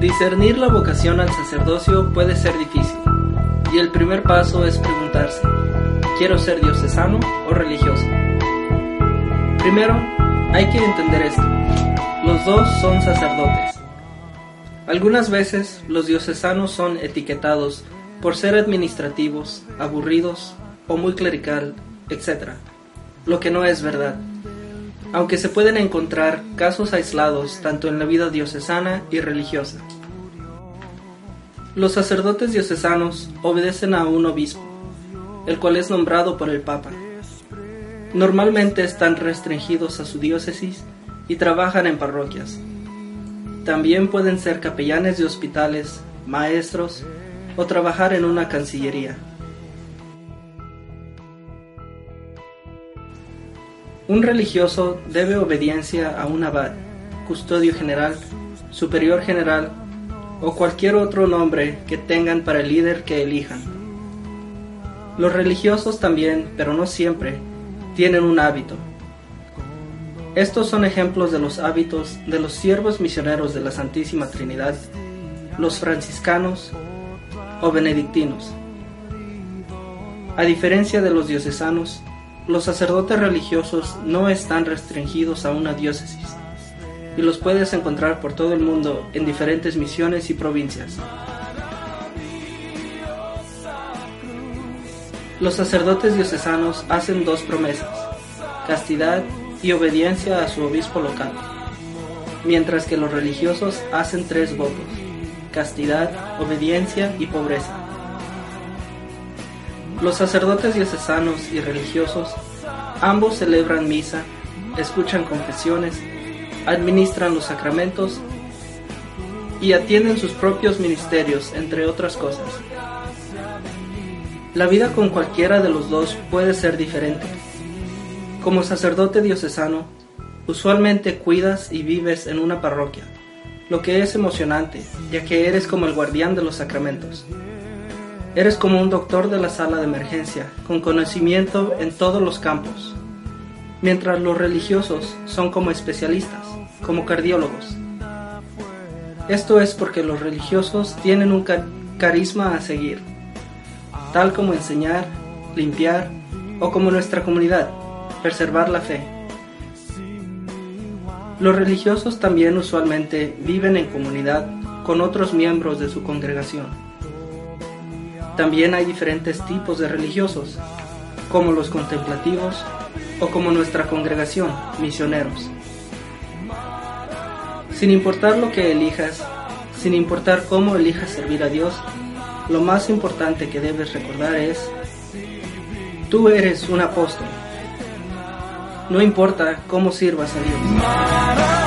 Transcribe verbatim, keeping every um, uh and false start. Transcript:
Discernir la vocación al sacerdocio puede ser difícil, y el primer paso es preguntarse, ¿quiero ser diocesano o religioso? Primero, hay que entender esto, los dos son sacerdotes. Algunas veces los diocesanos son etiquetados por ser administrativos, aburridos o muy clerical, etcétera, lo que no es verdad. Aunque se pueden encontrar casos aislados tanto en la vida diocesana y religiosa. Los sacerdotes diocesanos obedecen a un obispo, el cual es nombrado por el Papa. Normalmente están restringidos a su diócesis y trabajan en parroquias. También pueden ser capellanes de hospitales, maestros o trabajar en una cancillería. Un religioso debe obediencia a un abad, custodio general, superior general o cualquier otro nombre que tengan para el líder que elijan. Los religiosos también, pero no siempre, tienen un hábito. Estos son ejemplos de los hábitos de los siervos misioneros de la Santísima Trinidad, los franciscanos o benedictinos. A diferencia de los diocesanos, los sacerdotes religiosos no están restringidos a una diócesis y los puedes encontrar por todo el mundo en diferentes misiones y provincias. Los sacerdotes diocesanos hacen dos promesas, castidad y obediencia a su obispo local, mientras que los religiosos hacen tres votos, castidad, obediencia y pobreza. Los sacerdotes diocesanos y religiosos ambos celebran misa, escuchan confesiones, administran los sacramentos y atienden sus propios ministerios, entre otras cosas. La vida con cualquiera de los dos puede ser diferente. Como sacerdote diocesano, usualmente cuidas y vives en una parroquia, lo que es emocionante, ya que eres como el guardián de los sacramentos. Eres como un doctor de la sala de emergencia, con conocimiento en todos los campos, mientras los religiosos son como especialistas, como cardiólogos. Esto es porque los religiosos tienen un car- carisma a seguir, tal como enseñar, limpiar, o como nuestra comunidad, preservar la fe. Los religiosos también usualmente viven en comunidad con otros miembros de su congregación. También hay diferentes tipos de religiosos, como los contemplativos o como nuestra congregación, misioneros. Sin importar lo que elijas, sin importar cómo elijas servir a Dios, lo más importante que debes recordar es, tú eres un apóstol. No importa cómo sirvas a Dios.